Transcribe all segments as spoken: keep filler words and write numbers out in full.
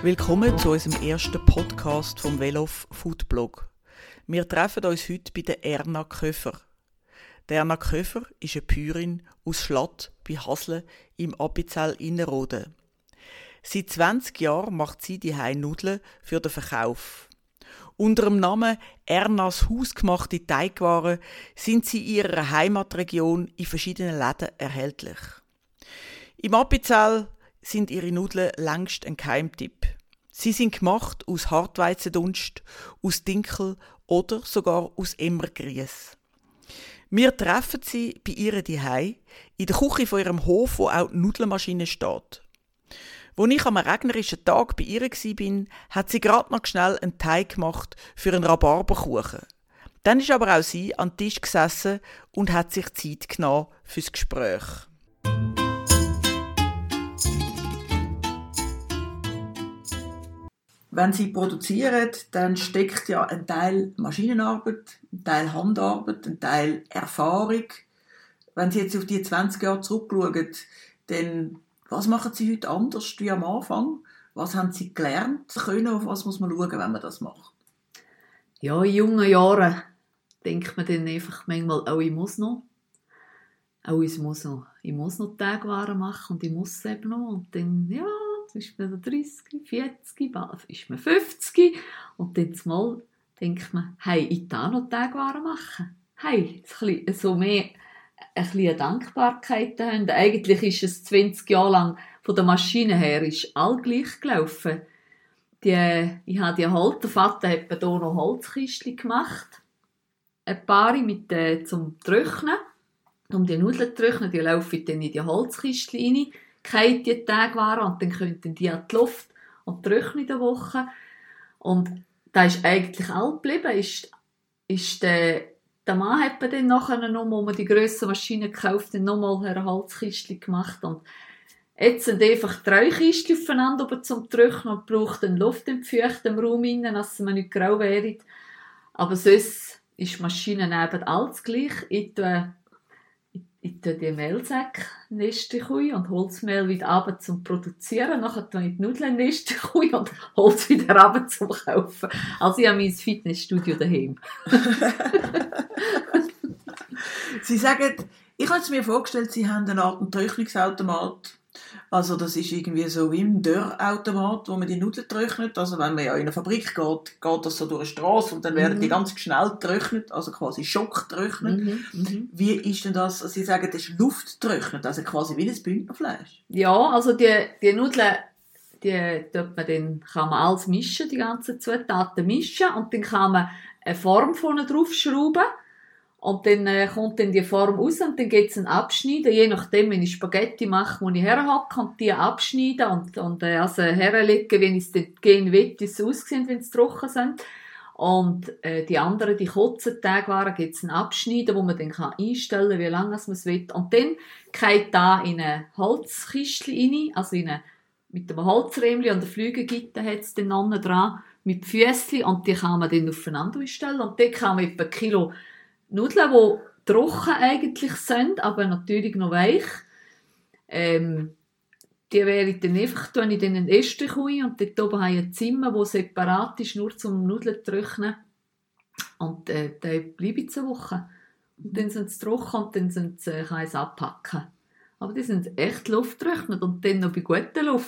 Willkommen zu unserem ersten Podcast vom Velof Foodblog. Wir treffen uns heute bei der Erna Köfer. Die Erna Köfer ist eine Bäuerin aus Schlatt bei Hasle im Appenzell Innerrhoden. Seit zwanzig Jahren macht sie die Nudeln für den Verkauf. Unter dem Namen Ernas hausgemachte Teigwaren sind sie in ihrer Heimatregion in verschiedenen Läden erhältlich. Im Appenzell sind ihre Nudeln längst ein Geheimtipp. Sie sind gemacht aus Hartweizendunst, aus Dinkel oder sogar aus Emmergrieß. Wir treffen sie bei ihr zuhause, in der Küche von ihrem Hof, wo auch die Nudelmaschine steht. Als ich am regnerischen Tag bei ihr war, hat sie gerade noch schnell einen Teig gemacht für einen Rhabarberkuchen. Dann ist aber auch sie an den Tisch gesessen und hat sich Zeit genommen fürs Gespräch. Wenn Sie produzieren, dann steckt ja ein Teil Maschinenarbeit, ein Teil Handarbeit, ein Teil Erfahrung. Wenn Sie jetzt auf die zwanzig Jahre zurückschauen, dann was machen Sie heute anders wie am Anfang? Was haben Sie gelernt können? Auf was muss man schauen, wenn man das macht? Ja, in jungen Jahren denkt man dann einfach manchmal, oh, ich muss noch. Oh, ich muss noch. Ich muss noch Teigwaren machen und ich muss es eben noch. Und dann, ja, dann ist man dreißig, vierzig, bald ist man fünfzig. Und dann mal denkt man, hey, ich darf noch Teigwaren machen. Hey, so mehr ein bisschen Dankbarkeit haben. Eigentlich ist es zwanzig Jahre lang von der Maschine her ist all gleich gelaufen. Die, ich habe die Holz, der Vater hat mir hier noch Holzkistchen gemacht. Ein paar mit, äh, zum Trocknen. Um die Nudeln zu trocknen, die laufen dann in die Holzkistchen rein, fallen die Teigwaren und dann könnten die an die Luft und trocknen in der Woche. Und da ist eigentlich all geblieben. Ist, ist der Der Mann hat dann nachher noch, wo man die grössere Maschine gekauft hat, nochmal eine Holzkistchen gemacht. Und jetzt sind einfach drei Kistchen aufeinander oben zum Trocknen und braucht dann Luft im feuchten Raum rein, dass man nicht grau wäre. Aber sonst ist die Maschine neben alles gleich. Ich tue, ich, ich tue die Mehlsäcke neste und hole das Mehl wieder runter zum Produzieren. Nachher tue ich die Nudeln neste und hole es wieder runter zum Kaufen. Also ich habe mein Fitnessstudio daheim. Sie sagen, ich habe mir vorgestellt, Sie haben eine Art Trocknungsautomat. Also das ist irgendwie so wie ein Dörrautomat, wo man die Nudeln trocknet. Also wenn man ja in eine Fabrik geht, geht das so durch eine Strasse und dann werden mhm. die ganz schnell getrocknet, also quasi schockgetrocknet. Mhm. Mhm. Wie ist denn das? Sie sagen, das ist luftgetrocknet, also quasi wie ein Bündnerfleisch. Ja, also die, die Nudeln, die tut man dann, kann man alles mischen, die ganzen Zutaten mischen und dann kann man eine Form vorne draufschrauben. Und dann äh, kommt dann die Form raus und dann geht es ein Abschneiden. Je nachdem, wenn ich Spaghetti mache, muss ich herhacken und die abschneiden und, und äh, also herlegen, wenn ich es dann gehen will, wie sie aussehen, wenn sie trocken sind. Und äh, die anderen, die kurzen Teigwaren, gibt es ein Abschneiden, wo man dann kann einstellen kann, wie lange man es will. Und dann geht da in eine Holzkistchen rein, also in eine, mit einem Holzrämchen und der Flügelgitter hat es dann unten dran, mit Füßchen und die kann man dann aufeinander einstellen. Und dann kann man etwa ein Kilo Nudeln, die trocken eigentlich sind, aber natürlich noch weich. Ähm, die werde ich dann einfach tue ich dann in den Estrich rein und dort oben habe ich ein Zimmer, das separat ist, nur zum Nudeln zu trocknen. Und äh, da bleibe ich eine Woche. Und dann sind sie trocken und dann sind sie, äh, kann ich es abpacken. Aber die sind echt luftgetrocknet und dann noch bei guter Luft.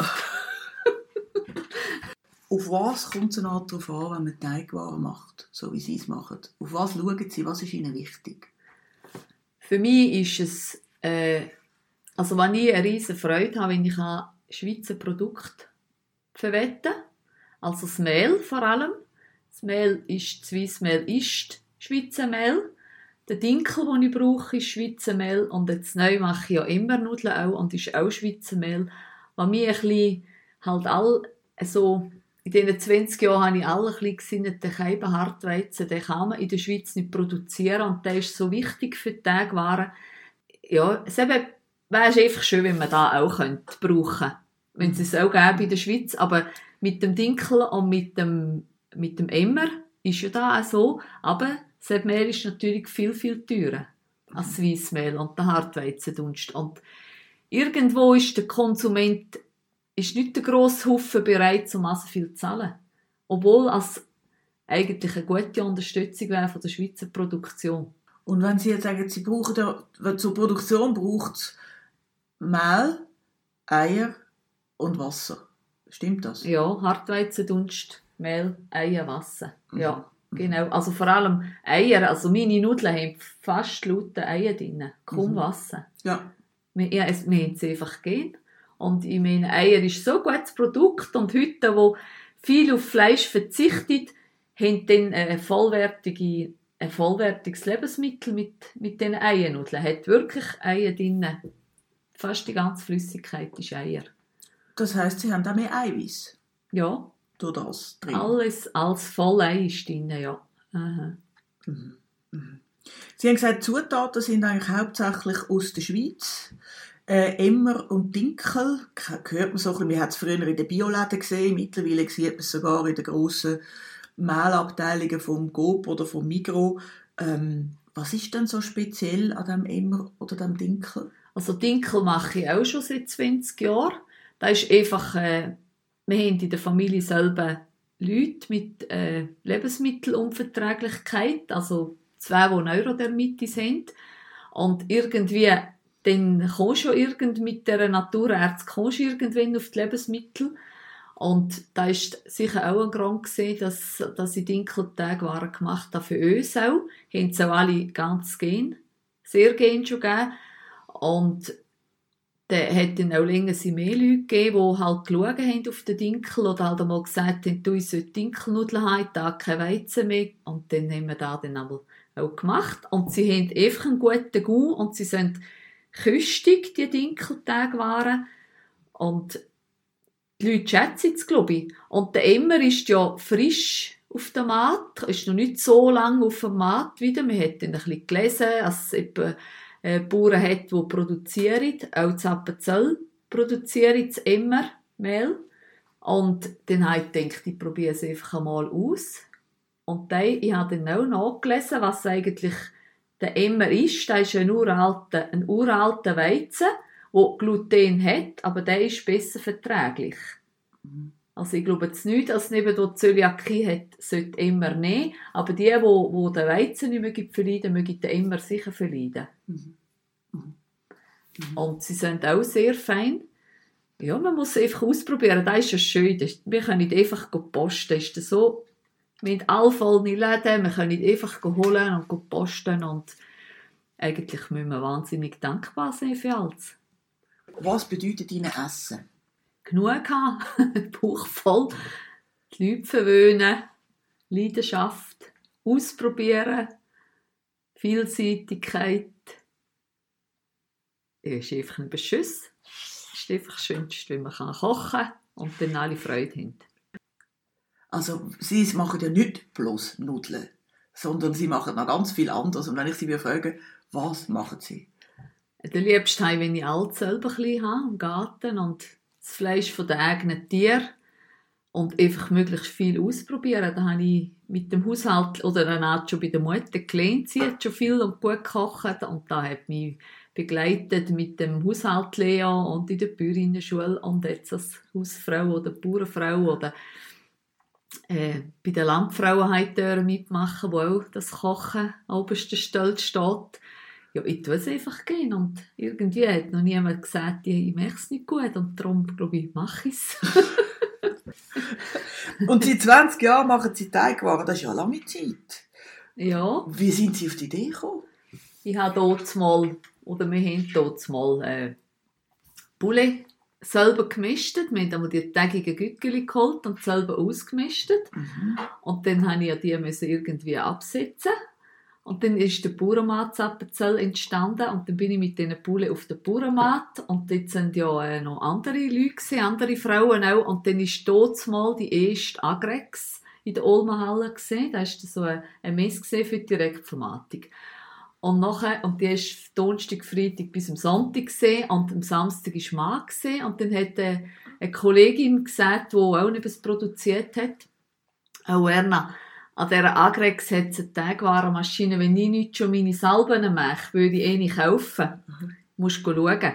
Auf was kommt es darauf an, wenn man Teigwaren macht, so wie Sie es machen? Auf was schauen Sie? Was ist Ihnen wichtig? Für mich ist es, äh, also wenn ich eine riesige Freude habe, wenn ich an Schweizer Produkte verwette, also das Mehl vor allem. Das Mehl ist, das Weissmehl ist Schweizer Mehl. Der Dinkel, den ich brauche, ist Schweizer Mehl. Und jetzt neu mache ich ja immer Nudeln auch und ist auch Schweizer Mehl. Was mich ein bisschen halt all so in diesen zwanzig Jahren habe ich alle ein bisschen gesinnt, den Scheiben Hartweizen, den kann man in der Schweiz nicht produzieren und der ist so wichtig für die Teigwaren. Ja, es wäre einfach schön, wenn man das auch könnte brauchen, wenn es es auch gäbe in der Schweiz, aber mit dem Dinkel und mit dem, mit dem Emmer ist ja da auch so, aber das Mehl ist natürlich viel, viel teurer als das Weissmehl und der Hartweizendunst. Und irgendwo ist der Konsument ist nicht der grosse Haufen bereit, um so viel zu zahlen. Obwohl es eigentlich eine gute Unterstützung wäre von der Schweizer Produktion. Und wenn Sie jetzt sagen, Sie brauchen ja, zur Produktion braucht es Mehl, Eier und Wasser. Stimmt das? Ja, Hartweizendunst, Mehl, Eier, Wasser. Mhm. Ja, genau. Also vor allem Eier, also meine Nudeln haben fast lauter Eier drin, kaum Mhm. Wasser. Ja. Wir, ja, es, wir haben es einfach gegeben. Und ich meine, Eier ist so ein gutes Produkt und heute, wo viel auf Fleisch verzichtet, haben dann eine vollwertige, ein vollwertiges Lebensmittel mit, mit diesen Eiernudeln. Hat wirklich Eier drin. Fast die ganze Flüssigkeit ist Eier. Das heisst, Sie haben auch mehr Eiweiß Ja, durch das drin. alles als Vollei ist drin, ja. Aha. Mhm. Mhm. Sie haben gesagt, Zutaten sind eigentlich hauptsächlich aus der Schweiz. Äh, Emmer und Dinkel, hört man so ein bisschen, wir haben es früher in den Bioläden gesehen, mittlerweile sieht man es sogar in den grossen Mehlabteilungen vom Coop oder vom Migros. Ähm, was ist denn so speziell an dem Emmer oder dem Dinkel? Also Dinkel mache ich auch schon seit zwanzig Jahren. Da ist einfach, äh, wir haben in der Familie selber Leute mit äh, Lebensmittelunverträglichkeit, also zwei, die Neurodermitis haben. Und irgendwie, dann kommst du irgend mit dieser Naturärzt kommst du irgendwann auf die Lebensmittel. Und da ist sicher auch ein Grund gewesen, dass, dass ich Dinkelteigwaren gemacht habe für uns auch. Haben sie auch alle ganz gern, sehr gern schon gegeben. Und dann hat dann auch länger mehr Leute gegeben, die halt geschaut haben auf den Dinkel oder halt einmal gesagt haben, du, ich sollte Dinkelnudeln haben, da kein Weizen mehr. Und dann haben wir das dann auch gemacht. Und sie haben einfach einen guten Gau und sie sind köstig, die Dinkelteigwaren. Und die Leute schätzen es, glaube ich. Und der Emmer ist ja frisch auf dem Markt, ist noch nicht so lange auf dem Markt wieder. Man hat dann ein bisschen gelesen, dass es etwa äh, Bauern hat, die produzieren, auch zu Appenzell produzieren das Emmermehl. Und dann habe ich gedacht, ich probiere es einfach einmal aus. Und dann, ich habe dann auch nachgelesen, was eigentlich der Emmer ist. Das ist ein uralter, ein uralter Weizen, der Gluten hat, aber der ist besser verträglich. Mhm. Also ich glaube jetzt nicht, dass neben der Zöliakie hat, sollte Emmer nehmen, aber die, die, die den Weizen nicht mehr verleiden, mögen den Emmer sicher verleiden. Mhm. Mhm. Mhm. Und sie sind auch sehr fein. Ja, man muss es einfach ausprobieren, das ist ja schön. Wir können nicht einfach posten, ist das so, wir haben alle volle Läden, wir können nicht einfach holen und posten und eigentlich müssen wir wahnsinnig dankbar sein für alles. Was bedeutet Ihnen Essen? Genug haben, Bauch voll, die Leute verwöhnen, Leidenschaft, ausprobieren, Vielseitigkeit. Es ist einfach ein Beschuss. Es ist einfach das Schönste, wenn man kochen kann und dann alle Freude haben. Also Sie machen ja nicht bloß Nudeln, sondern Sie machen noch ganz viel anderes. Und wenn ich Sie frage, was machen Sie? Der liebste habe, wenn ich alles selber ein bisschen habe, im Garten und das Fleisch von den eigenen Tieren und einfach möglichst viel ausprobieren. Da habe ich mit dem Haushalt, oder dann auch schon bei der Mutter gelernt, sie hat schon viel und gut gekocht und da hat mich begleitet mit dem Haushalt Lea und in der Bäuerinnenschule und jetzt als Hausfrau oder Bauernfrau oder äh, bei den Landfrauen halt mitmachen, wo auch das Kochen an oberster Stelle steht. Ja, ich tue es einfach gerne und irgendwie hat noch niemand gesagt, ich mache es nicht gut und darum, glaube ich, mache ich es. Und seit zwanzig Jahren machen Sie Teigwaren, das ist ja eine lange Zeit. Ja. Wie sind Sie auf die Idee gekommen? Ich habe dort mal, oder wir haben dort mal äh, Poulet selber gemistet. Wir haben einmal die tägigen Güggeli geholt und selber ausgemistet. Mhm. Und dann musste ich die müssen irgendwie absetzen. Und dann ist der Bauernmat Appenzell entstanden und dann bin ich mit diesen Poulet auf den Bauernmat und dort sind ja äh, noch andere Leute gewesen, andere Frauen auch und dann ist dort mal die erste Agrex in der Olmenhalle gesehen, da ist so eine, eine Messe für die Direktformatik. Und nachher, und die ist Donnerstag, Freitag bis am Sonntag gesehen und am Samstag ist Mann gesehen und dann hat äh, eine Kollegin gesagt, die auch etwas produziert hat, auch Erna, an dieser Agrex hat es eine Teigwarenmaschine. Wenn ich nicht schon meine Salben mache, würde ich eh nicht kaufen. Mhm. Du musst schauen.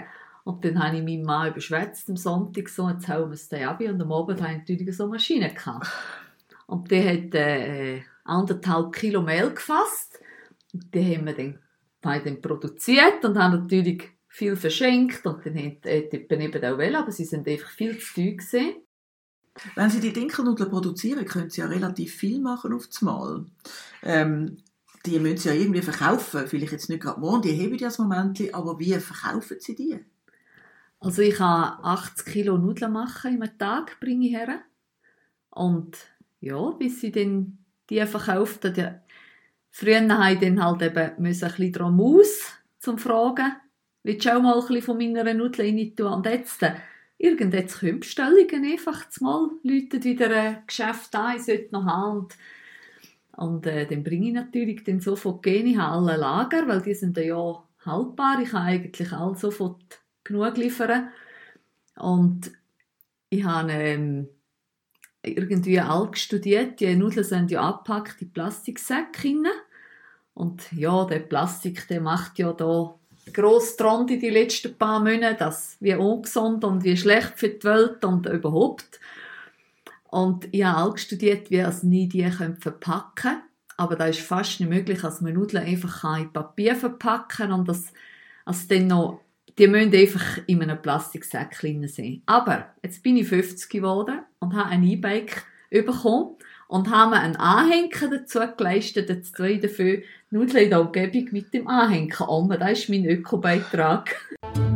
Und dann habe ich meinen Mann überschwätzt am Sonntag so, jetzt hauen wir es dann ab. Und am Abend hatte ich natürlich so eine Maschine gehabt. Und die hat äh, anderthalb Kilo Mehl gefasst. Und die haben wir dann, haben dann produziert und haben natürlich viel verschenkt. Und dann hat die eben auch wollen, aber sie sind einfach viel zu teuer gewesen. Wenn Sie die Dinkelnudeln produzieren, können Sie ja relativ viel machen auf das Mal. Ähm, die müssen Sie ja irgendwie verkaufen. Vielleicht jetzt nicht gerade morgen, die heben ja das Moment, aber wie verkaufen Sie die? Also ich kann achtzig Kilo Nudeln machen in einem Tag, bringe ich her. Und ja, bis ich dann die verkauft habe, ja. Früher musste ich dann halt eben ein bisschen drum aus, zum Fragen. Willst du auch mal ein bisschen von meiner Nudel rein tun? Und jetzt, äh, irgendwann kommen Bestellungen einfach mal, Leute wieder ein Geschäft an, ich sollte noch haben. Und, und äh, dann bringe ich natürlich dann sofort Gene in alle Lager, weil die sind ja haltbar. Ich kann eigentlich alle sofort genug liefern. Und ich habe ähm, irgendwie alt studiert, die Nudeln sind ja abgepackt in Plastiksäcke. Und ja, der Plastik, der macht ja da gross Trend in die letzten paar Monate, das wie ungesund und wie schlecht für die Welt und überhaupt. Und ich habe auch studiert, wie es nie die verpacken können. Aber da ist fast nicht möglich, dass man Nudeln einfach in Papier verpacken kann und das, also dann noch, die müssen einfach in einem Plastiksack sein. Aber jetzt bin ich fünfzig geworden und habe ein E-Bike bekommen und habe mir einen Anhänger dazu geleistet, jetzt zwei dafür Nudeln in der Umgebung mit dem Anhänger um. Das ist mein Öko-Beitrag.